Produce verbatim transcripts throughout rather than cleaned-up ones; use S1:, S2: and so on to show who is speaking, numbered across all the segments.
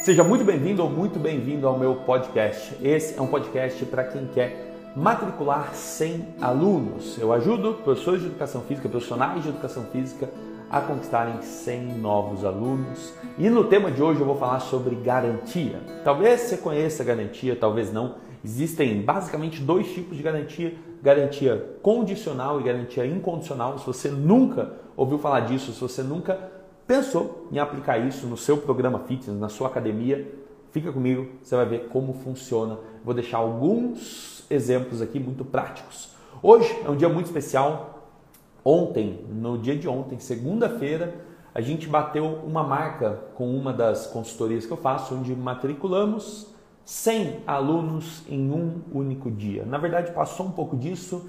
S1: Seja muito bem-vindo ou muito bem-vindo ao meu podcast. Esse é um podcast para quem quer matricular cem alunos. Eu ajudo professores de educação física, profissionais de educação física a conquistarem cem novos alunos. E no tema de hoje eu vou falar sobre garantia. Talvez você conheça garantia, talvez não. Existem basicamente dois tipos de garantia. Garantia condicional e garantia incondicional. Se você nunca ouviu falar disso, se você nunca pensou em aplicar isso no seu programa fitness, na sua academia, fica comigo, você vai ver como funciona. Vou deixar alguns exemplos aqui muito práticos. Hoje é um dia muito especial. Ontem, no dia de ontem, segunda-feira, a gente bateu uma marca com uma das consultorias que eu faço, onde matriculamos cem alunos em um único dia. Na verdade, passou um pouco disso.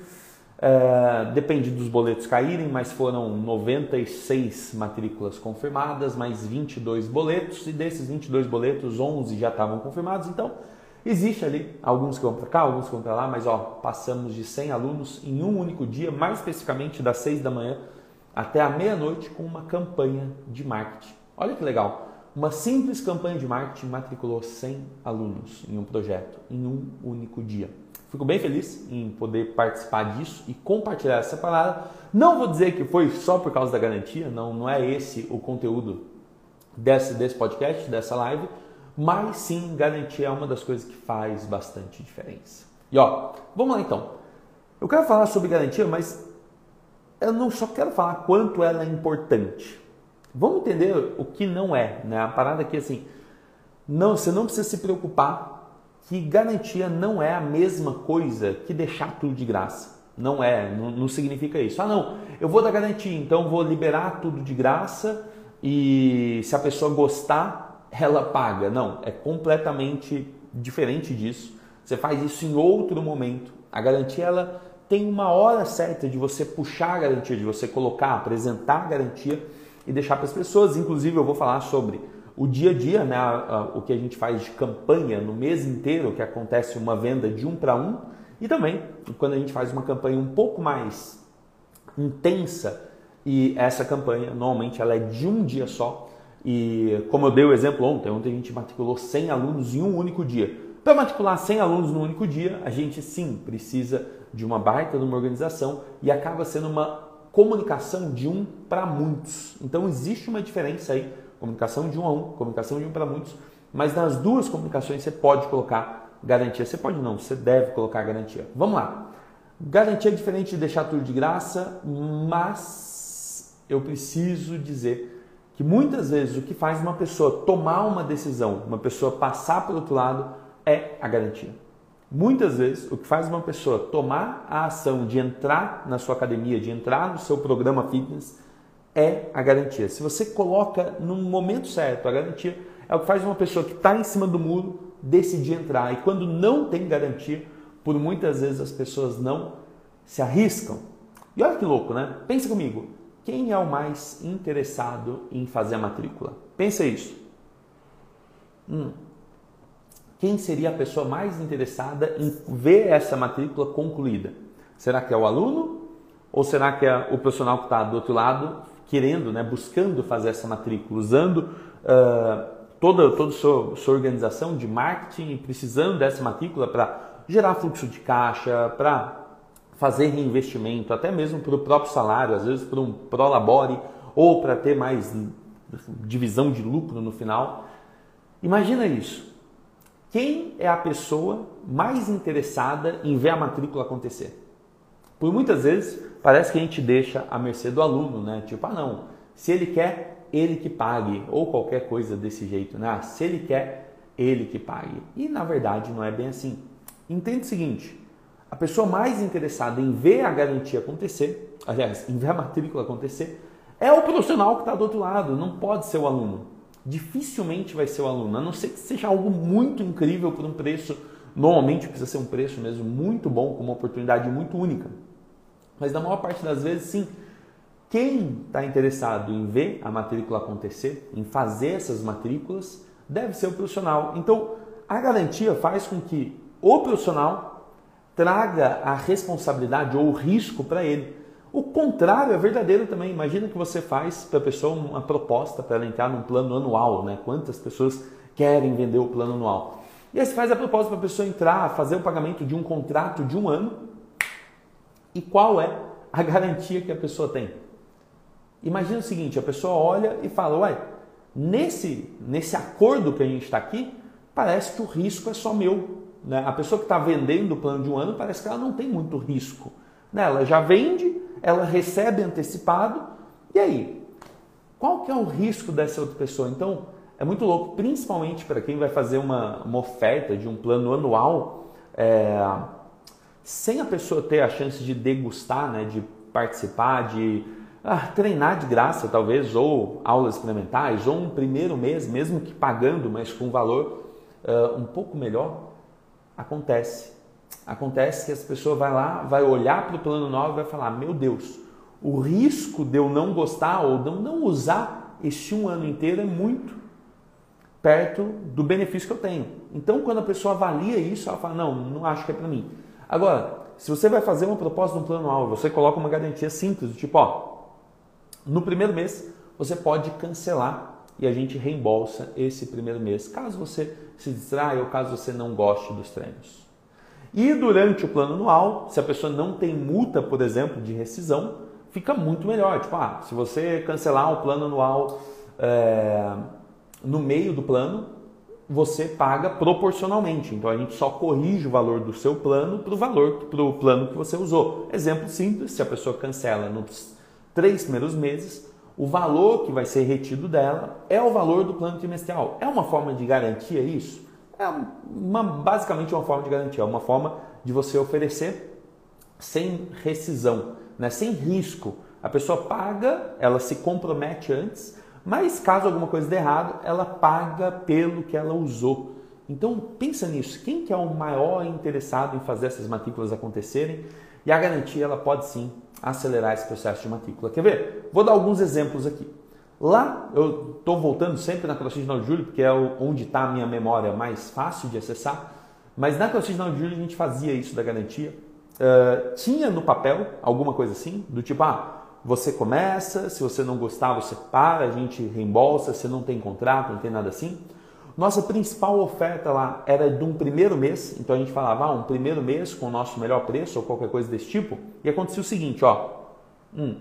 S1: É, depende dos boletos caírem, mas foram noventa e seis matrículas confirmadas, mais vinte e dois boletos, e desses vinte e dois boletos, onze já estavam confirmados. Então, existe ali alguns que vão para cá, alguns que vão para lá, mas ó, passamos de cem alunos em um único dia, mais especificamente das seis da manhã até a meia-noite, com uma campanha de marketing. Olha que legal! Uma simples campanha de marketing matriculou cem alunos em um projeto, em um único dia. Fico bem feliz em poder participar disso e compartilhar essa parada. Não vou dizer que foi só por causa da garantia, não, não é esse o conteúdo desse, desse podcast, dessa live, mas sim, garantia é uma das coisas que faz bastante diferença. E ó, vamos lá então. Eu quero falar sobre garantia, mas eu não só quero falar quanto ela é importante. Vamos entender o que não é, né? A parada aqui assim, não, você não precisa se preocupar que garantia não é a mesma coisa que deixar tudo de graça. Não é, não, não significa isso. Ah não, eu vou dar garantia, então vou liberar tudo de graça e se a pessoa gostar, ela paga. Não, é completamente diferente disso. Você faz isso em outro momento. A garantia, ela tem uma hora certa de você puxar a garantia, de você colocar, apresentar a garantia e deixar para as pessoas. Inclusive eu vou falar sobre o dia a dia, né, o que a gente faz de campanha no mês inteiro, que acontece uma venda de um para um, e também quando a gente faz uma campanha um pouco mais intensa, e essa campanha normalmente ela é de um dia só, e como eu dei o exemplo ontem, ontem a gente matriculou cem alunos em um único dia. Para matricular cem alunos no único dia, a gente sim precisa de uma baita de uma organização e acaba sendo uma comunicação de um para muitos. Então existe uma diferença aí, comunicação de um a um, comunicação de um para muitos, mas nas duas comunicações você pode colocar garantia. Você pode não, você deve colocar garantia. Vamos lá. Garantia é diferente de deixar tudo de graça, mas eu preciso dizer que muitas vezes o que faz uma pessoa tomar uma decisão, uma pessoa passar pelo outro lado, é a garantia. Muitas vezes o que faz uma pessoa tomar a ação de entrar na sua academia, de entrar no seu programa fitness, é a garantia. Se você coloca no momento certo a garantia, é o que faz uma pessoa que está em cima do muro decidir entrar. E quando não tem garantia, por muitas vezes as pessoas não se arriscam. E olha que louco, né? Pensa comigo. Quem é o mais interessado em fazer a matrícula? Pensa isso. Hum. Quem seria a pessoa mais interessada em ver essa matrícula concluída? Será que é o aluno? Ou será que é o profissional que está do outro lado querendo, né, buscando fazer essa matrícula, usando uh, toda, toda a sua, sua organização de marketing, precisando dessa matrícula para gerar fluxo de caixa, para fazer reinvestimento, até mesmo para o próprio salário, às vezes para um prolabore ou para ter mais divisão de lucro no final. Imagina isso. Quem é a pessoa mais interessada em ver a matrícula acontecer? Por muitas vezes, parece que a gente deixa à mercê do aluno, né? Tipo, ah não, se ele quer, ele que pague, ou qualquer coisa desse jeito, né? Ah, se ele quer, ele que pague. E na verdade não é bem assim. Entende o seguinte, a pessoa mais interessada em ver a garantia acontecer, aliás, em ver a matrícula acontecer, é o profissional que está do outro lado, não pode ser o aluno. Dificilmente vai ser o aluno, a não ser que seja algo muito incrível por um preço, normalmente precisa ser um preço mesmo muito bom, com uma oportunidade muito única. Mas na maior parte das vezes, sim, quem está interessado em ver a matrícula acontecer, em fazer essas matrículas, deve ser o profissional. Então, a garantia faz com que o profissional traga a responsabilidade ou o risco para ele. O contrário é verdadeiro também. Imagina que você faz para a pessoa uma proposta para ela entrar num plano anual, né? Quantas pessoas querem vender o plano anual. E aí você faz a proposta para a pessoa entrar, fazer o pagamento de um contrato de um ano. E qual é a garantia que a pessoa tem? Imagina o seguinte, a pessoa olha e fala, uai, nesse, nesse acordo que a gente está aqui, parece que o risco é só meu. Né? A pessoa que está vendendo o plano de um ano, parece que ela não tem muito risco. Né? Ela já vende, ela recebe antecipado, e aí? Qual que é o risco dessa outra pessoa? Então, é muito louco, principalmente para quem vai fazer uma, uma oferta de um plano anual, é, sem a pessoa ter a chance de degustar, né, de participar, de ah, treinar de graça talvez, ou aulas experimentais, ou um primeiro mês, mesmo que pagando, mas com um valor uh, um pouco melhor, acontece. Acontece que essa pessoa vai lá, vai olhar para o plano novo e vai falar, meu Deus, o risco de eu não gostar ou de eu não usar este um ano inteiro é muito perto do benefício que eu tenho. Então, quando a pessoa avalia isso, ela fala, não, não acho que é para mim. Agora, se você vai fazer uma proposta de um plano anual, você coloca uma garantia simples, do tipo, ó, no primeiro mês você pode cancelar e a gente reembolsa esse primeiro mês, caso você se distraia ou caso você não goste dos treinos. E durante o plano anual, se a pessoa não tem multa, por exemplo, de rescisão, fica muito melhor. Tipo, ah, se você cancelar o plano anual é, no meio do plano, você paga proporcionalmente. Então a gente só corrige o valor do seu plano para o valor para o plano que você usou. Exemplo simples, se a pessoa cancela nos três primeiros meses, o valor que vai ser retido dela é o valor do plano trimestral. É uma forma de garantia isso? É uma, basicamente uma forma de garantia, é uma forma de você oferecer sem rescisão, né? Sem risco. A pessoa paga, ela se compromete antes, mas caso alguma coisa dê errado, ela paga pelo que ela usou. Então pensa nisso, quem que é o maior interessado em fazer essas matrículas acontecerem? E a garantia ela pode sim acelerar esse processo de matrícula. Quer ver? Vou dar alguns exemplos aqui. Lá, eu estou voltando sempre na CrossFit nove de julho, porque é onde está a minha memória mais fácil de acessar, mas na CrossFit nove de julho a gente fazia isso da garantia. Uh, tinha no papel alguma coisa assim, do tipo, ah, você começa, se você não gostar, você para, a gente reembolsa, você não tem contrato, não tem nada assim. Nossa principal oferta lá era de um primeiro mês, então a gente falava, ah, um primeiro mês com o nosso melhor preço ou qualquer coisa desse tipo, e acontecia o seguinte, ó, hum,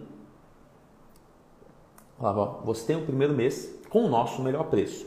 S1: falava, ó, você tem o primeiro mês com o nosso melhor preço.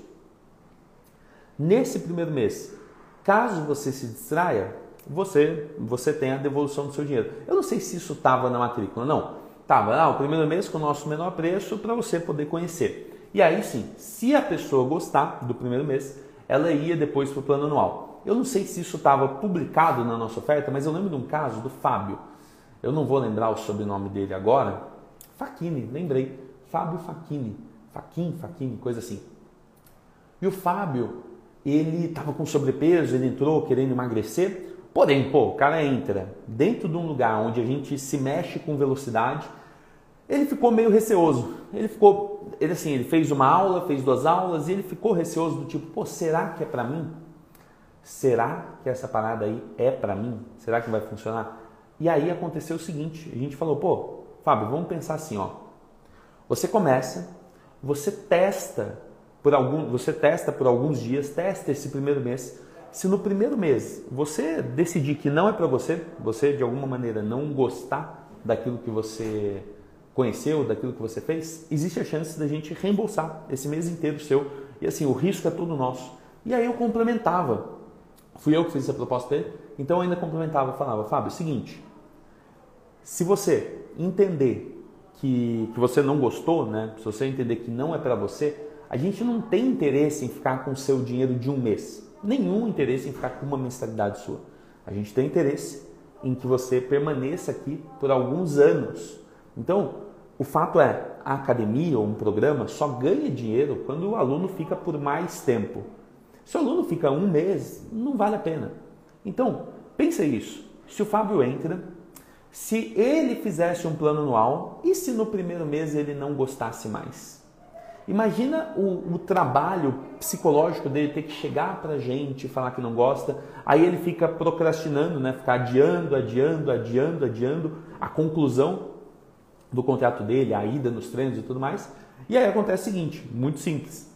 S1: Nesse primeiro mês, caso você se distraia, você, você tem a devolução do seu dinheiro. Eu não sei se isso estava na matrícula, não. Estava, ah, o primeiro mês com o nosso menor preço para você poder conhecer. E aí sim, se a pessoa gostar do primeiro mês, ela ia depois para o plano anual. Eu não sei se isso estava publicado na nossa oferta, mas eu lembro de um caso do Fábio. Eu não vou lembrar o sobrenome dele agora. Facchini, lembrei. Fábio Facchini. Facchini, Facchini, coisa assim. E o Fábio, ele estava com sobrepeso, ele entrou querendo emagrecer. Porém, pô, o cara entra dentro de um lugar onde a gente se mexe com velocidade. Ele ficou meio receoso. Ele ficou, ele assim, ele fez uma aula, fez duas aulas e ele ficou receoso do tipo, pô, será que é para mim? Será que essa parada aí é para mim? Será que vai funcionar? E aí aconteceu o seguinte, a gente falou, pô, Fábio, vamos pensar assim, ó. Você começa, você testa por algum, você testa por alguns dias, testa esse primeiro mês. Se no primeiro mês você decidir que não é para você, você de alguma maneira não gostar daquilo que você conheceu, daquilo que você fez, existe a chance da gente reembolsar esse mês inteiro seu. E assim, o risco é todo nosso. E aí eu complementava. Fui eu que fiz essa proposta para ele, então eu ainda complementava, falava, Fábio, é o seguinte, se você entender que, que você não gostou, né? Se você entender que não é para você, a gente não tem interesse em ficar com o seu dinheiro de um mês. Nenhum interesse em ficar com uma mensalidade sua. A gente tem interesse em que você permaneça aqui por alguns anos. Então, o fato é, a academia ou um programa só ganha dinheiro quando o aluno fica por mais tempo. Se o aluno fica um mês, não vale a pena. Então, pensa isso. Se o Fábio entra, se ele fizesse um plano anual e se no primeiro mês ele não gostasse mais? Imagina o, o trabalho psicológico dele ter que chegar pra gente e falar que não gosta, aí ele fica procrastinando, né? Ficar adiando, adiando, adiando, adiando a conclusão do contrato dele, a ida nos treinos e tudo mais. E aí acontece o seguinte, muito simples,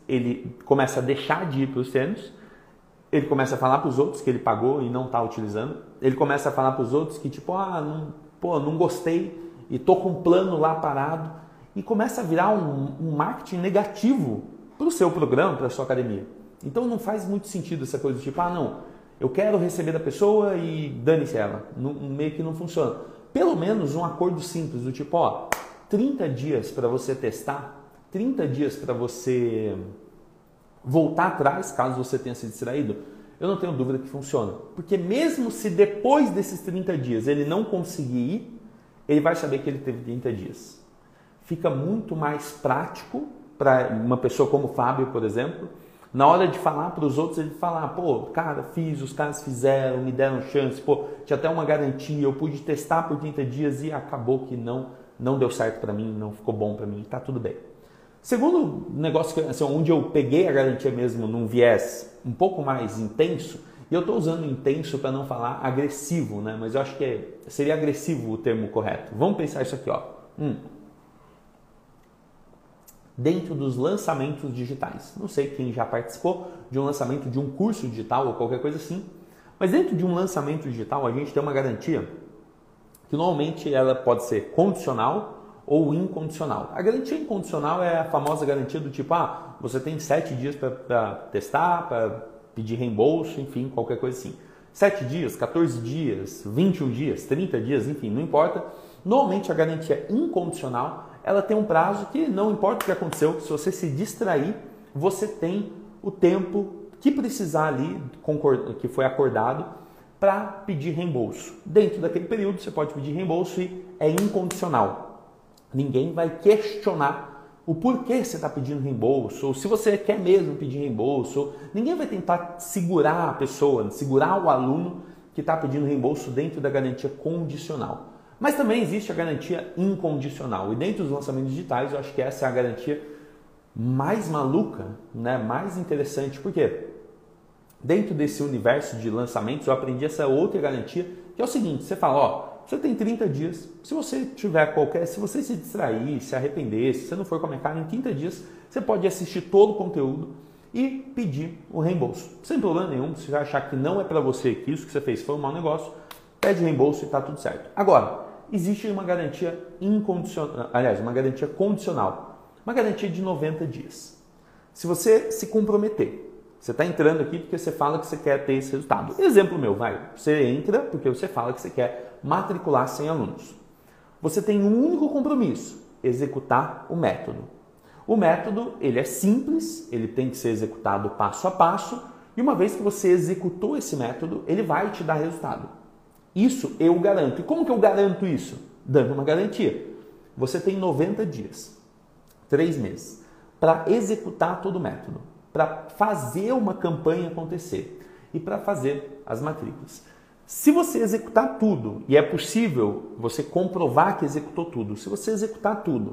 S1: ele começa a deixar de ir para os treinos, ele começa a falar para os outros que ele pagou e não está utilizando, ele começa a falar para os outros que tipo, ah, não, pô, não gostei e tô com um plano lá parado, e começa a virar um, um marketing negativo para o seu programa, para a sua academia. Então não faz muito sentido essa coisa do tipo, ah não, eu quero receber da pessoa e dane-se ela, não, meio que não funciona. Pelo menos um acordo simples do tipo, ó, trinta dias para você testar, trinta dias para você voltar atrás, caso você tenha se distraído, eu não tenho dúvida que funciona. Porque mesmo se depois desses trinta dias ele não conseguir ir, ele vai saber que ele teve trinta dias. Fica muito mais prático para uma pessoa como o Fábio, por exemplo, na hora de falar para os outros, ele falar, pô, cara, fiz, os caras fizeram, me deram chance, pô, tinha até uma garantia, eu pude testar por trinta dias e acabou que não, não deu certo para mim, não ficou bom para mim, tá tudo bem. Segundo negócio, que, assim, onde eu peguei a garantia mesmo num viés um pouco mais intenso, e eu estou usando intenso para não falar agressivo, né? Mas eu acho que é, seria agressivo o termo correto. Vamos pensar isso aqui, ó. Hum. Dentro dos lançamentos digitais. Não sei quem já participou de um lançamento de um curso digital ou qualquer coisa assim, mas dentro de um lançamento digital a gente tem uma garantia que normalmente ela pode ser condicional ou incondicional. A garantia incondicional é a famosa garantia do tipo, ah, você tem sete dias para testar, para pedir reembolso, enfim, qualquer coisa assim. sete dias, quatorze dias, vinte e um dias, trinta dias, enfim, não importa. Normalmente a garantia incondicional, ela tem um prazo que não importa o que aconteceu, se você se distrair, você tem o tempo que precisar ali, que foi acordado, para pedir reembolso. Dentro daquele período você pode pedir reembolso e é incondicional. Ninguém vai questionar o porquê você está pedindo reembolso, ou se você quer mesmo pedir reembolso. Ninguém vai tentar segurar a pessoa, segurar o aluno que está pedindo reembolso dentro da garantia condicional. Mas também existe a garantia incondicional. E dentro dos lançamentos digitais, eu acho que essa é a garantia mais maluca, né? Mais interessante. Por quê? Dentro desse universo de lançamentos, eu aprendi essa outra garantia, que é o seguinte, você fala, ó, você tem trinta dias, se você tiver qualquer, se você se distrair, se arrepender, se você não for com a minha cara, em trinta dias, você pode assistir todo o conteúdo e pedir o reembolso. Sem problema nenhum, se você achar que não é para você, que isso que você fez foi um mau negócio, pede reembolso e está tudo certo. Agora, existe uma garantia incondicional, aliás, uma garantia condicional, uma garantia de noventa dias. Se você se comprometer, você está entrando aqui porque você fala que você quer ter esse resultado. Exemplo meu, vai. Você entra porque você fala que você quer matricular cem alunos. Você tem um único compromisso, executar o método. O método, ele é simples, ele tem que ser executado passo a passo, e uma vez que você executou esse método, ele vai te dar resultado. Isso eu garanto. E como que eu garanto isso? Dando uma garantia. Você tem noventa dias, três meses, para executar todo o método, para fazer uma campanha acontecer e para fazer as matrículas. Se você executar tudo, e é possível você comprovar que executou tudo, se você executar tudo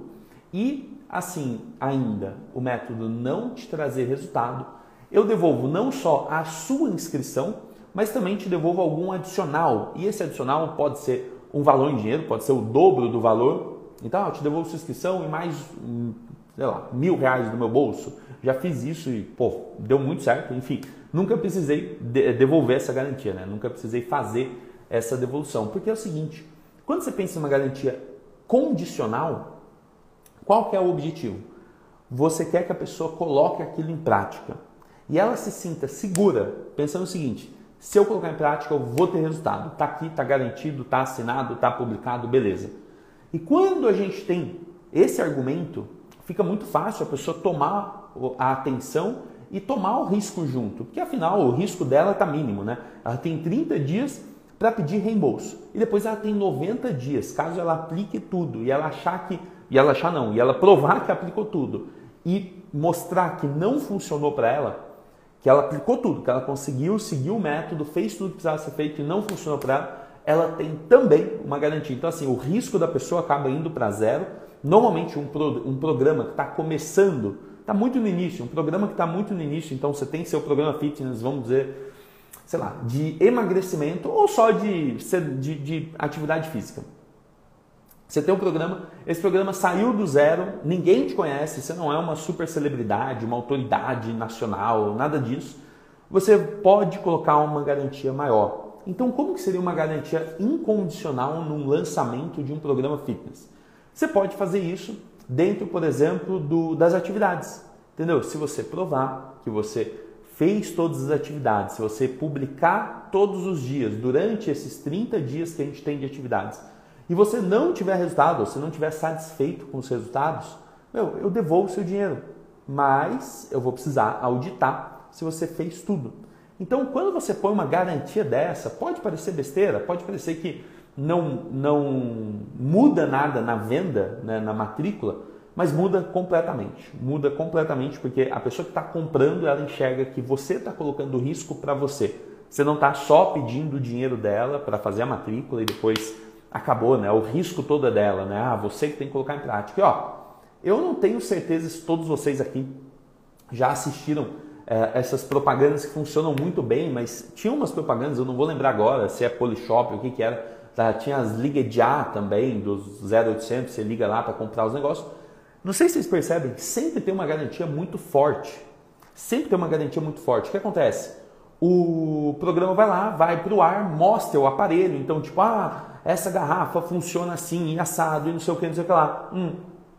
S1: e assim ainda o método não te trazer resultado, eu devolvo não só a sua inscrição, mas também te devolvo algum adicional. E esse adicional pode ser um valor em dinheiro, pode ser o dobro do valor. Então, eu te devolvo sua inscrição e mais, sei lá, mil reais do meu bolso. Já fiz isso e, pô, deu muito certo. Enfim, nunca precisei de- devolver essa garantia, né? Nunca precisei fazer essa devolução. Porque é o seguinte, quando você pensa em uma garantia condicional, qual que é o objetivo? Você quer que a pessoa coloque aquilo em prática. E ela se sinta segura, pensando o seguinte, se eu colocar em prática, eu vou ter resultado. Está aqui, está garantido, está assinado, está publicado, beleza. E quando a gente tem esse argumento, fica muito fácil a pessoa tomar a atenção e tomar o risco junto. Porque afinal o risco dela está mínimo, né? Ela tem trinta dias para pedir reembolso. E depois ela tem noventa dias, caso ela aplique tudo e ela achar que... E ela achar não, e ela provar que aplicou tudo. E mostrar que não funcionou para ela, que ela aplicou tudo, que ela conseguiu, seguiu o método, fez tudo que precisava ser feito e não funcionou para ela, ela tem também uma garantia. Então, assim, o risco da pessoa acaba indo para zero. Normalmente, um, pro, um programa que está começando, está muito no início, um programa que está muito no início, então você tem seu programa fitness, vamos dizer, sei lá, de emagrecimento ou só de, de, de atividade física. Você tem um programa, esse programa saiu do zero, ninguém te conhece, você não é uma super celebridade, uma autoridade nacional, nada disso. Você pode colocar uma garantia maior. Então, como que seria uma garantia incondicional num lançamento de um programa fitness? Você pode fazer isso dentro, por exemplo, do, das atividades. Entendeu? Se você provar que você fez todas as atividades, se você publicar todos os dias, durante esses trinta dias que a gente tem de atividades, e você não tiver resultado, ou você não tiver satisfeito com os resultados, meu, eu devolvo o seu dinheiro, mas eu vou precisar auditar se você fez tudo. Então, quando você põe uma garantia dessa, pode parecer besteira, pode parecer que não, não muda nada na venda, né, na matrícula, mas muda completamente. Muda completamente porque a pessoa que está comprando, ela enxerga que você está colocando risco para você. Você não está só pedindo o dinheiro dela para fazer a matrícula e depois acabou, né? O risco todo é dela, né? Ah, você que tem que colocar em prática. E, ó, eu não tenho certeza se todos vocês aqui já assistiram é, essas propagandas que funcionam muito bem, mas tinha umas propagandas, eu não vou lembrar agora se é Polishop ou o que que era, tá? Tinha as Liga Já também, dos zero oitocentos, você liga lá para comprar os negócios. Não sei se vocês percebem, sempre tem uma garantia muito forte. Sempre tem uma garantia muito forte. O que acontece? O programa vai lá, vai para o ar, mostra o aparelho. Então, tipo, ah, essa garrafa funciona assim, e assado, e não sei o que, não sei o que lá. Hum.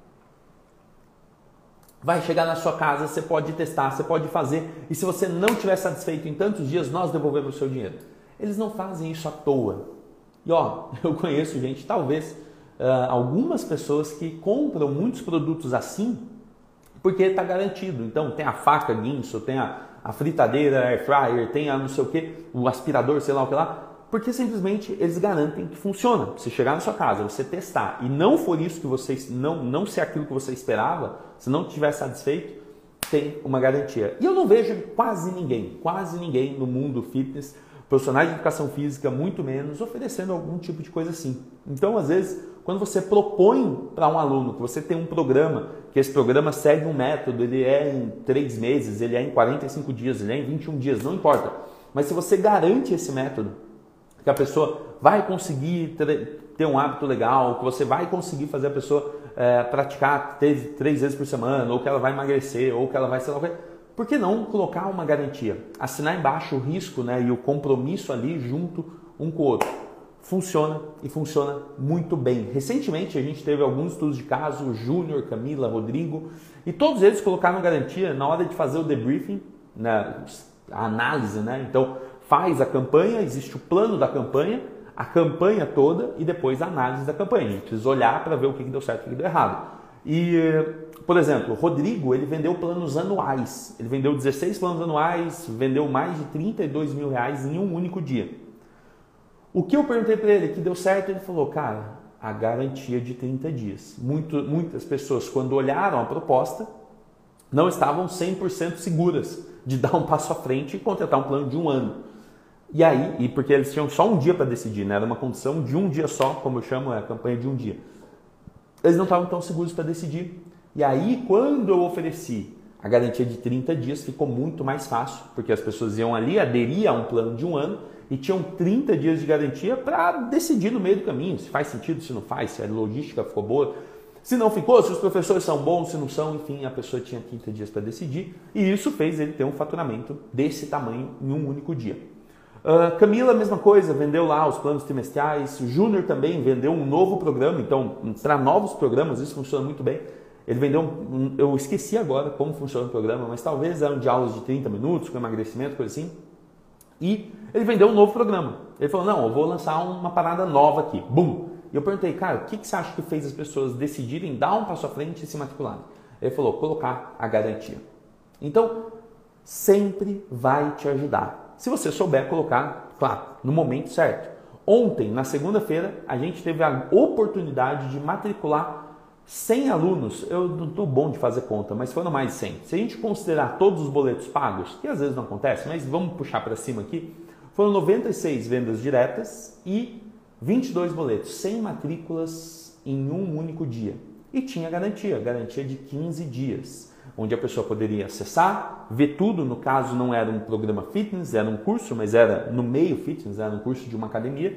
S1: Vai chegar na sua casa, você pode testar, você pode fazer. E se você não estiver satisfeito em tantos dias, nós devolvemos o seu dinheiro. Eles não fazem isso à toa. E ó, eu conheço gente, talvez... Uh, algumas pessoas que compram muitos produtos assim porque está garantido. Então tem a faca Guinso, tem a, a fritadeira Air Fryer, tem a não sei o que, o aspirador, sei lá o que lá, porque simplesmente eles garantem que funciona. Se chegar na sua casa, você testar e não for isso que você, não, não ser aquilo que você esperava, se não estiver satisfeito, tem uma garantia. E eu não vejo quase ninguém, quase ninguém no mundo fitness, profissionais de educação física, muito menos, oferecendo algum tipo de coisa assim. Então, às vezes, quando você propõe para um aluno que você tem um programa, que esse programa segue um método, ele é em três meses, ele é em quarenta e cinco dias, ele é em vinte e um dias, não importa. Mas se você garante esse método, que a pessoa vai conseguir ter um hábito legal, que você vai conseguir fazer a pessoa é, praticar três, três vezes por semana, ou que ela vai emagrecer, ou que ela vai, sei lá o quê, por que não colocar uma garantia? Assinar embaixo o risco, né, e o compromisso ali junto um com o outro. Funciona e funciona muito bem. Recentemente a gente teve alguns estudos de caso, Júnior, Camila, Rodrigo, e todos eles colocaram garantia na hora de fazer o debriefing, né, a análise, né? Então faz a campanha, existe o plano da campanha, a campanha toda e depois a análise da campanha. A gente precisa olhar para ver o que deu certo e o que deu errado. E, por exemplo, o Rodrigo, ele vendeu planos anuais. Ele vendeu dezesseis planos anuais, vendeu mais de trinta e dois mil reais em um único dia. O que eu perguntei para ele que deu certo, ele falou, cara, a garantia de trinta dias. Muito, muitas pessoas, quando olharam a proposta, não estavam cem por cento seguras de dar um passo à frente e contratar um plano de um ano. E aí, e porque eles tinham só um dia para decidir, né? Era uma condição de um dia só, como eu chamo, é a campanha de um dia. Eles não estavam tão seguros para decidir. E aí, quando eu ofereci a garantia de trinta dias, ficou muito mais fácil, porque as pessoas iam ali aderir a um plano de um ano e tinham trinta dias de garantia para decidir no meio do caminho, se faz sentido, se não faz, se a logística ficou boa, se não ficou, se os professores são bons, se não são, enfim, a pessoa tinha trinta dias para decidir e isso fez ele ter um faturamento desse tamanho em um único dia. Uh, Camila, mesma coisa, vendeu lá os planos trimestrais. O Júnior também vendeu um novo programa, então para novos programas isso funciona muito bem. Ele vendeu, um, eu esqueci agora como funciona o programa, mas talvez eram de aulas de trinta minutos, com emagrecimento, coisa assim. E ele vendeu um novo programa. Ele falou, não, eu vou lançar uma parada nova aqui. Bum! E eu perguntei, cara, o que, que você acha que fez as pessoas decidirem dar um passo à frente e se matricularem? Ele falou, colocar a garantia. Então, sempre vai te ajudar. Se você souber colocar, claro, no momento certo. Ontem, na segunda-feira, a gente teve a oportunidade de matricular cem alunos. Eu não estou bom de fazer conta, mas foram mais de cem. Se a gente considerar todos os boletos pagos, que às vezes não acontece, mas vamos puxar para cima aqui, foram noventa e seis vendas diretas e vinte e dois boletos, cem matrículas em um único dia. E tinha garantia, garantia de quinze dias. Onde a pessoa poderia acessar, ver tudo, no caso não era um programa fitness, era um curso, mas era no meio fitness, era um curso de uma academia,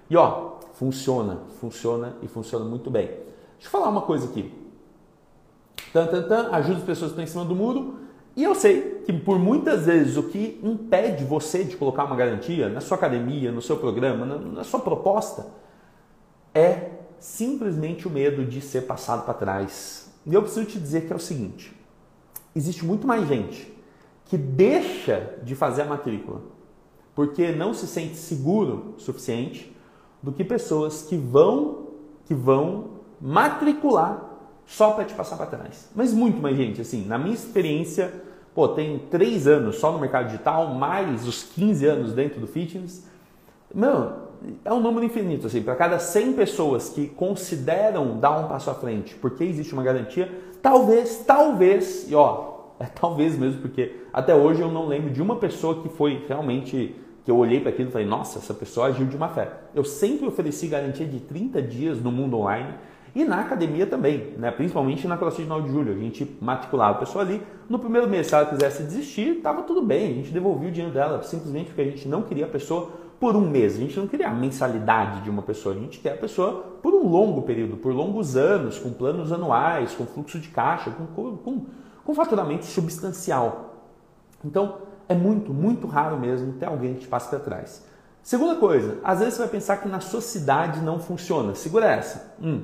S1: E ó, funciona, funciona e funciona muito bem. Deixa eu falar uma coisa aqui. Tan, tan, tan, ajuda as pessoas que estão em cima do muro. E eu sei que por muitas vezes o que impede você de colocar uma garantia na sua academia, no seu programa, na, na sua proposta, é simplesmente o medo de ser passado para trás. E eu preciso te dizer que é o seguinte, existe muito mais gente que deixa de fazer a matrícula porque não se sente seguro o suficiente do que pessoas que vão, que vão matricular só para te passar para trás. Mas muito mais gente, assim, na minha experiência, pô, tem três anos só no mercado digital, mais os quinze anos dentro do fitness. Meu, é um número infinito, assim, para cada cem pessoas que consideram dar um passo à frente, porque existe uma garantia, talvez, talvez, e ó, é talvez mesmo, porque até hoje eu não lembro de uma pessoa que foi realmente, que eu olhei para aquilo e falei, nossa, essa pessoa agiu de má fé. Eu sempre ofereci garantia de trinta dias no mundo online, e na academia também, né? Principalmente na CrossFit nove de julho. A gente matriculava a pessoa ali. No primeiro mês, se ela quisesse desistir, estava tudo bem. A gente devolvia o dinheiro dela, simplesmente porque a gente não queria a pessoa por um mês. A gente não queria a mensalidade de uma pessoa. A gente quer a pessoa por um longo período, por longos anos, com planos anuais, com fluxo de caixa, com, com, com faturamento substancial. Então, é muito, muito raro mesmo ter alguém que te passe para trás. Segunda coisa, às vezes você vai pensar que na sua cidade não funciona. Segura essa. Hum.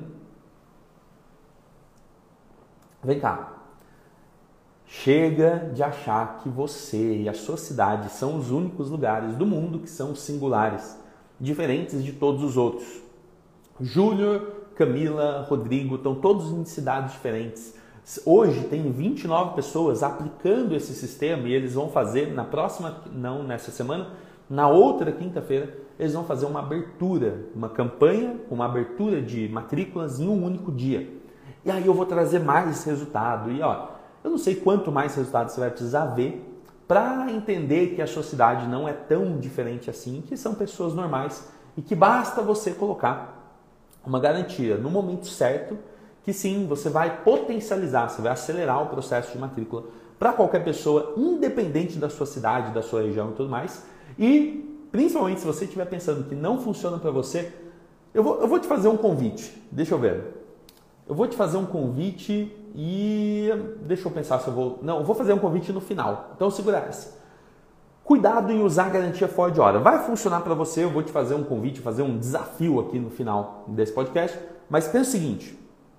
S1: Vem cá, chega de achar que você e a sua cidade são os únicos lugares do mundo que são singulares, diferentes de todos os outros. Júnior, Camila, Rodrigo estão todos em cidades diferentes. Hoje tem vinte e nove pessoas aplicando esse sistema e eles vão fazer na próxima, não nessa semana, na outra quinta-feira, eles vão fazer uma abertura, uma campanha com uma abertura de matrículas em um único dia. E aí eu vou trazer mais resultado. E ó, eu não sei quanto mais resultado você vai precisar ver para entender que a sua cidade não é tão diferente assim, que são pessoas normais e que basta você colocar uma garantia no momento certo, que sim, você vai potencializar, você vai acelerar o processo de matrícula para qualquer pessoa, independente da sua cidade, da sua região e tudo mais. E principalmente se você estiver pensando que não funciona para você, eu vou, eu vou te fazer um convite. Deixa eu ver. Eu vou te fazer um convite e... Deixa eu pensar se eu vou... Não, eu vou fazer um convite no final. Então segura essa. Cuidado em usar a garantia fora de hora. Vai funcionar para você, eu vou te fazer um convite, fazer um desafio aqui no final desse podcast. Mas pensa o seguinte.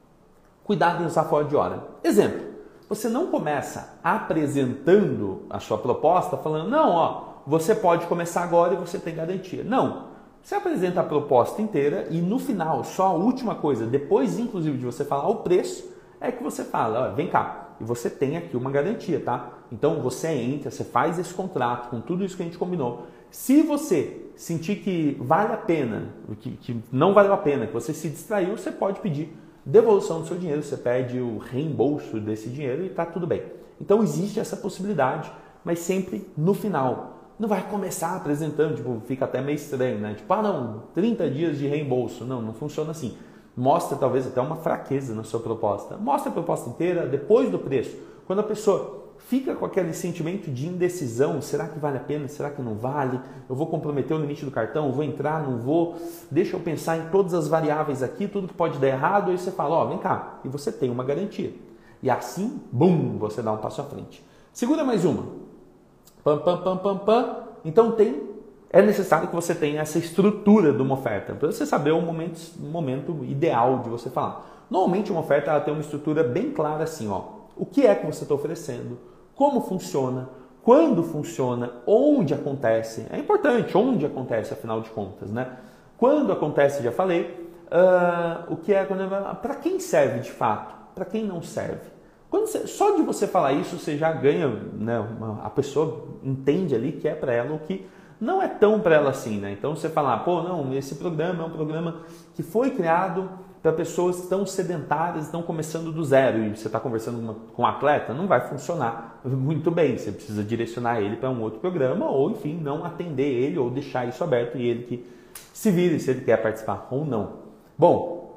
S1: Cuidado em usar fora de hora. Exemplo. Você não começa apresentando a sua proposta falando, não, ó, você pode começar agora e você tem garantia. Não. Você apresenta a proposta inteira e no final, só a última coisa, depois inclusive de você falar o preço, é que você fala, ó, vem cá, e você tem aqui uma garantia, tá? Então você entra, você faz esse contrato com tudo isso que a gente combinou. Se você sentir que vale a pena, que, que não valeu a pena, que você se distraiu, você pode pedir devolução do seu dinheiro, você pede o reembolso desse dinheiro e tá tudo bem. Então existe essa possibilidade, mas sempre no final. Não vai começar apresentando, tipo, fica até meio estranho, né? Tipo, ah não, trinta dias de reembolso. Não, não funciona assim. Mostra talvez até uma fraqueza na sua proposta. Mostra a proposta inteira depois do preço. Quando a pessoa fica com aquele sentimento de indecisão, será que vale a pena? Será que não vale? Eu vou comprometer o limite do cartão? Eu vou entrar? Não vou? Deixa eu pensar em todas as variáveis aqui, tudo que pode dar errado. Aí você fala, ó, vem cá. E você tem uma garantia. E assim, bum, você dá um passo à frente. Segura mais uma. Pam, pam, pam, pam, pam. Então tem, é necessário que você tenha essa estrutura de uma oferta, para você saber o momento, o momento ideal de você falar. Normalmente uma oferta ela tem uma estrutura bem clara assim, ó. O que é que você está oferecendo, como funciona, quando funciona, onde acontece. É importante, onde acontece, afinal de contas, né? Quando acontece, já falei, uh, o que é, para quem serve de fato, para quem não serve. Quando você, só de você falar isso, você já ganha, né, uma, a pessoa entende ali que é para ela o que não é tão para ela assim, né? Então você falar, pô, não, esse programa é um programa que foi criado para pessoas que estão sedentárias, estão começando do zero e você está conversando uma, com um atleta, não vai funcionar muito bem. Você precisa direcionar ele para um outro programa ou, enfim, não atender ele ou deixar isso aberto e ele que se vire se ele quer participar ou não. Bom,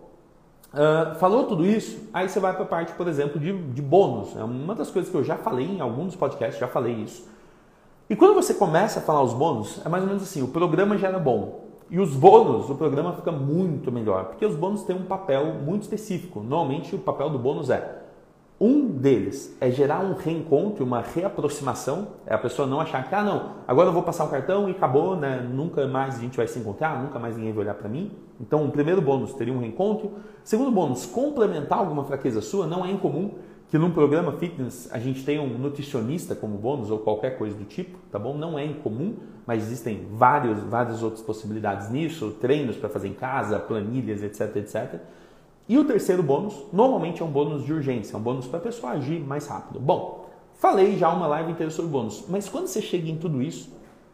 S1: Uh, falou tudo isso, aí você vai para a parte, por exemplo, de, de bônus. É uma das coisas que eu já falei em alguns podcasts, já falei isso. E quando você começa a falar os bônus, é mais ou menos assim, o programa já era bom. E os bônus, o programa fica muito melhor, porque os bônus têm um papel muito específico. Normalmente o papel do bônus é, um deles é gerar um reencontro, uma reaproximação, é a pessoa não achar que, ah não, agora eu vou passar o cartão e acabou, né? Nunca mais a gente vai se encontrar, nunca mais ninguém vai olhar para mim. Então o primeiro bônus teria um reencontro. Segundo bônus, complementar alguma fraqueza sua. Não é incomum que num programa fitness a gente tenha um nutricionista como bônus ou qualquer coisa do tipo, tá bom? Não é incomum, mas existem vários, várias outras possibilidades nisso, treinos para fazer em casa, planilhas, etc, etcétera. E o terceiro bônus, normalmente é um bônus de urgência, é um bônus para a pessoa agir mais rápido. Bom, falei já uma live inteira sobre bônus, mas quando você chega em tudo isso,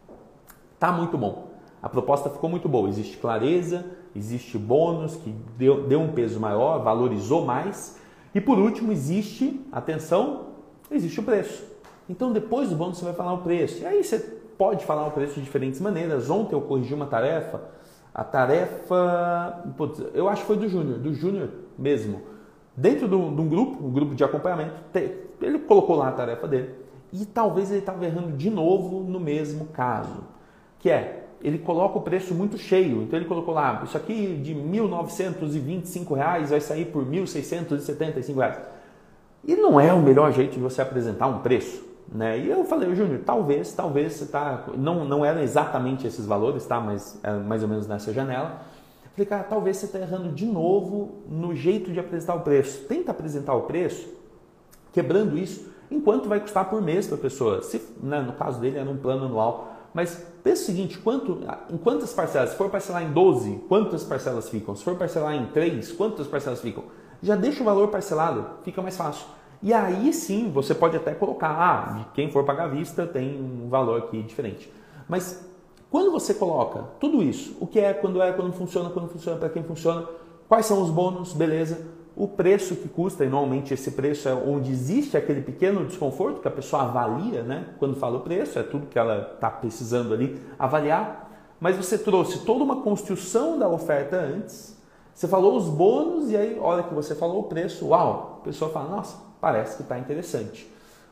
S1: tá muito bom. A proposta ficou muito boa, existe clareza, existe bônus que deu, deu um peso maior, valorizou mais. E por último, existe, atenção, existe o preço. Então depois do bônus você vai falar o preço. E aí você pode falar o preço de diferentes maneiras. Ontem eu corrigi uma tarefa, a tarefa, putz, eu acho que foi do Júnior, do Júnior mesmo. Dentro de um grupo, um grupo de acompanhamento, ele colocou lá a tarefa dele. E talvez ele estava errando de novo no mesmo caso. Que é, ele coloca o preço muito cheio. Então ele colocou lá, isso aqui de mil novecentos e vinte e cinco reais vai sair por mil seiscentos e setenta e cinco reais. E não é o melhor jeito de você apresentar um preço, né? E eu falei, Júnior, talvez, talvez você tá, não, não eram exatamente esses valores, tá? Mas é mais ou menos nessa janela. Eu falei, cara, talvez você está errando de novo no jeito de apresentar o preço. Tenta apresentar o preço, quebrando isso, enquanto vai custar por mês para a pessoa. Se, né, no caso dele era um plano anual. Mas pensa o seguinte, quanto, em quantas parcelas? Se for parcelar em doze, quantas parcelas ficam? Se for parcelar em três, quantas parcelas ficam? Já deixa o valor parcelado, fica mais fácil. E aí sim, você pode até colocar, ah, de quem for pagar à vista tem um valor aqui diferente. Mas quando você coloca tudo isso, o que é, quando é, quando funciona, quando funciona, para quem funciona, quais são os bônus, beleza. O preço que custa, e normalmente esse preço é onde existe aquele pequeno desconforto que a pessoa avalia, né? Quando fala o preço, é tudo que ela está precisando ali avaliar. Mas você trouxe toda uma construção da oferta antes, você falou os bônus e aí, a hora que você falou o preço, uau, a pessoa fala, nossa, parece que está interessante.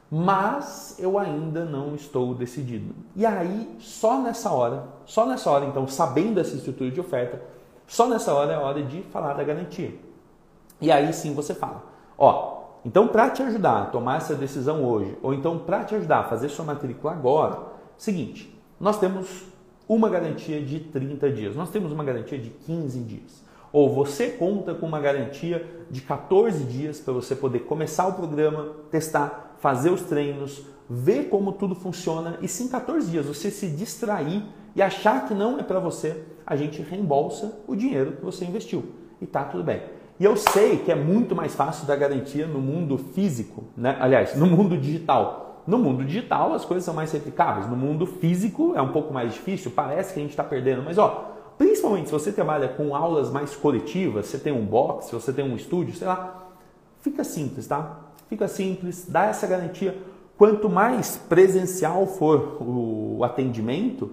S1: Mas eu ainda não estou decidido. E aí, só nessa hora, só nessa hora, então, sabendo essa estrutura de oferta, só nessa hora é a hora de falar da garantia. E aí sim você fala, ó, então para te ajudar a tomar essa decisão hoje, ou então para te ajudar a fazer sua matrícula agora, seguinte, nós temos uma garantia de trinta dias, nós temos uma garantia de quinze dias, ou você conta com uma garantia de quatorze dias para você poder começar o programa, testar, fazer os treinos, ver como tudo funciona e se em quatorze dias você se distrair e achar que não é para você, a gente reembolsa o dinheiro que você investiu e tá tudo bem. E eu sei que é muito mais fácil dar garantia no mundo físico, né? Aliás, no mundo digital. No mundo digital as coisas são mais replicáveis. No mundo físico é um pouco mais difícil, parece que a gente está perdendo. Mas ó, principalmente se você trabalha com aulas mais coletivas, você tem um box, você tem um estúdio, sei lá, fica simples, tá? Fica simples, dá essa garantia. Quanto mais presencial for o atendimento,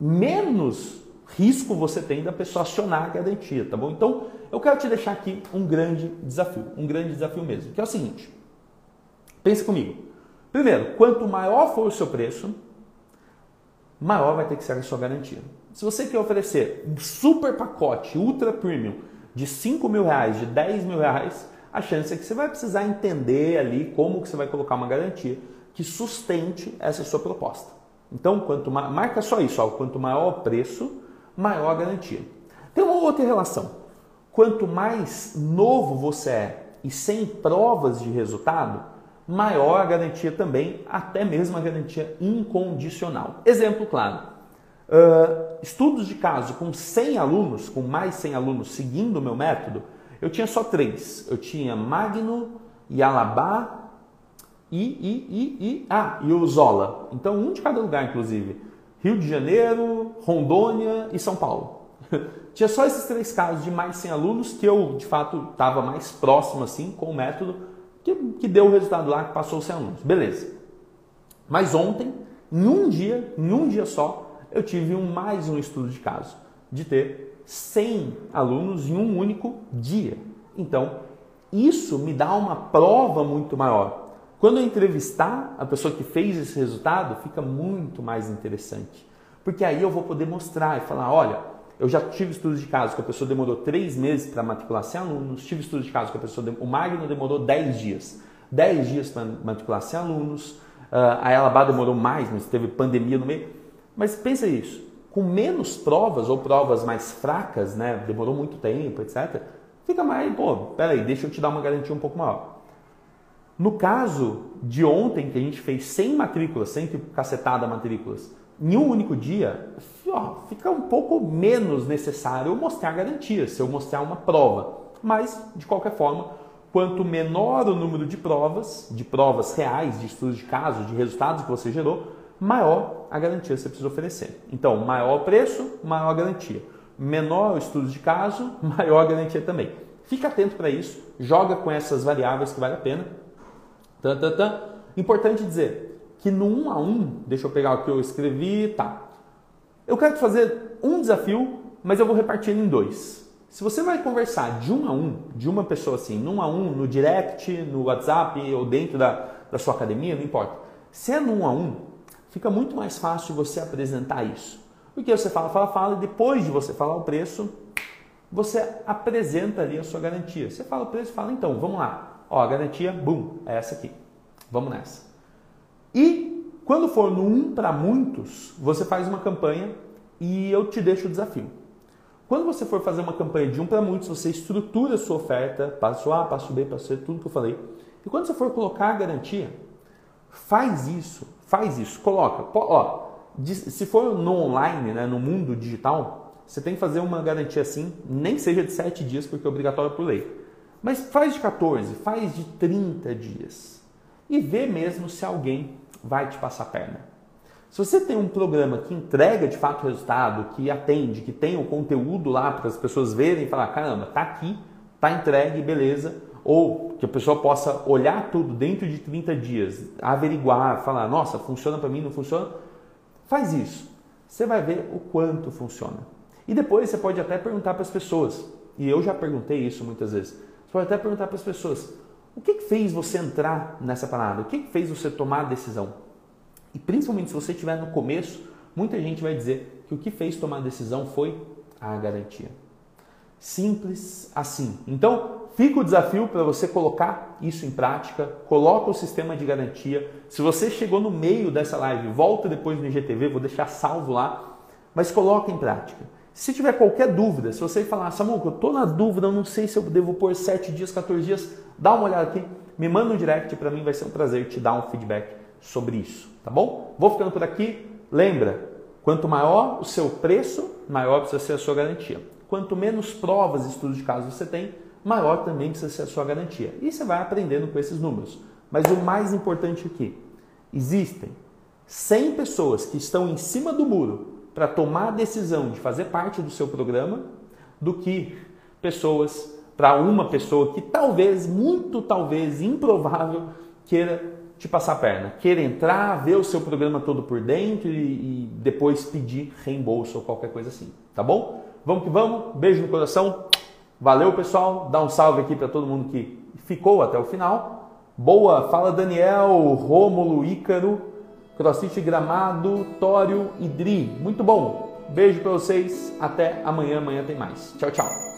S1: menos risco você tem da pessoa acionar a garantia, tá bom? Então, eu quero te deixar aqui um grande desafio, um grande desafio mesmo, que é o seguinte, pense comigo. Primeiro, quanto maior for o seu preço, maior vai ter que ser a sua garantia. Se você quer oferecer um super pacote, ultra premium, de cinco mil reais, de dez mil reais, a chance é que você vai precisar entender ali como que você vai colocar uma garantia que sustente essa sua proposta. Então, quanto ma- marca só isso, ó, quanto maior o preço, maior a garantia. Tem uma outra relação. Quanto mais novo você é e sem provas de resultado, maior a garantia também, até mesmo a garantia incondicional. Exemplo claro. Uh, estudos de caso com cem alunos, com mais cem alunos seguindo o meu método, eu tinha só três. Eu tinha Magno, Yalabá e, e, e, e, ah, e o Zola. Então, um de cada lugar, inclusive. Rio de Janeiro, Rondônia e São Paulo. Tinha só esses três casos de mais cem alunos que eu, de fato, estava mais próximo assim com o método que, que deu o resultado lá, que passou cem alunos. Beleza. Mas ontem, em um dia, em um dia só, eu tive um, mais um estudo de caso de ter cem alunos em um único dia. Então, isso me dá uma prova muito maior. Quando eu entrevistar a pessoa que fez esse resultado, fica muito mais interessante. Porque aí eu vou poder mostrar e falar, olha, Eu já tive estudos de caso que a pessoa demorou três meses para matricular cem alunos, tive estudos de caso que a pessoa, o Magno demorou dez dias. dez dias para matricular cem alunos, a Elabá demorou mais, mas teve pandemia no meio. Mas pensa isso, com menos provas ou provas mais fracas, né, demorou muito tempo, etcétera, fica mais, pô, peraí, deixa eu te dar uma garantia um pouco maior. No caso de ontem, que a gente fez cem matrículas, cem cacetada matrículas, em um único dia, ó, fica um pouco menos necessário eu mostrar garantia, se eu mostrar uma prova. Mas, de qualquer forma, quanto menor o número de provas, de provas reais, de estudos de caso, de resultados que você gerou, maior a garantia que você precisa oferecer. Então, maior o preço, maior a garantia. Menor o estudo de caso, maior a garantia também. Fica atento para isso, joga com essas variáveis que vale a pena. Tan, tan, tan. Importante dizer que no um a um, deixa eu pegar o que eu escrevi, tá. Eu quero te fazer um desafio, mas eu vou repartir ele em dois. Se você vai conversar de um a um, de uma pessoa assim, num a um, no direct, no WhatsApp ou dentro da, da sua academia, não importa. Se é no um a um, fica muito mais fácil você apresentar isso. Porque você fala, fala, fala e depois de você falar o preço, você apresenta ali a sua garantia. Você fala o preço e fala, então, vamos lá. Ó, a garantia, bum, é essa aqui. Vamos nessa. E quando for no um para muitos, você faz uma campanha e eu te deixo o desafio. Quando você for fazer uma campanha de um para muitos, você estrutura a sua oferta, passo A, passo B, passo C, tudo que eu falei. E quando você for colocar a garantia, faz isso, faz isso, coloca. Ó, se for no online, né, no mundo digital, você tem que fazer uma garantia assim, nem seja de sete dias, porque é obrigatório por lei. Mas faz de quatorze, faz de trinta dias. E vê mesmo se alguém vai te passar a perna. Se você tem um programa que entrega de fato o resultado, que atende, que tem o conteúdo lá para as pessoas verem e falar, caramba, tá aqui, tá entregue, beleza. Ou que a pessoa possa olhar tudo dentro de trinta dias, averiguar, falar, nossa, funciona para mim, não funciona. Faz isso. Você vai ver o quanto funciona. E depois você pode até perguntar para as pessoas. E eu já perguntei isso muitas vezes. Você pode até perguntar para as pessoas, o que, que fez você entrar nessa parada? O que, que fez você tomar a decisão? E principalmente se você estiver no começo, muita gente vai dizer que o que fez tomar a decisão foi a garantia. Simples assim. Então, fica o desafio para você colocar isso em prática, coloca o sistema de garantia. Se você chegou no meio dessa live, volta depois no I G T V, vou deixar salvo lá, mas coloca em prática. Se tiver qualquer dúvida, se você falar, Samuca, eu estou na dúvida, eu não sei se eu devo pôr sete dias, quatorze dias, dá uma olhada aqui, me manda um direct, para mim vai ser um prazer te dar um feedback sobre isso, tá bom? Vou ficando por aqui. Lembra, quanto maior o seu preço, maior precisa ser a sua garantia. Quanto menos provas e estudos de caso você tem, maior também precisa ser a sua garantia. E você vai aprendendo com esses números. Mas o mais importante aqui, existem cem pessoas que estão em cima do muro para tomar a decisão de fazer parte do seu programa, do que pessoas, para uma pessoa que talvez, muito talvez, improvável, queira te passar a perna, queira entrar, ver o seu programa todo por dentro e, e depois pedir reembolso ou qualquer coisa assim, tá bom? Vamos que vamos, beijo no coração, valeu pessoal, dá um salve aqui para todo mundo que ficou até o final. Boa, fala Daniel, Rômulo, Ícaro, CrossFit Gramado, Tório e Dri. Muito bom. Beijo para vocês. Até amanhã. Amanhã tem mais. Tchau, tchau.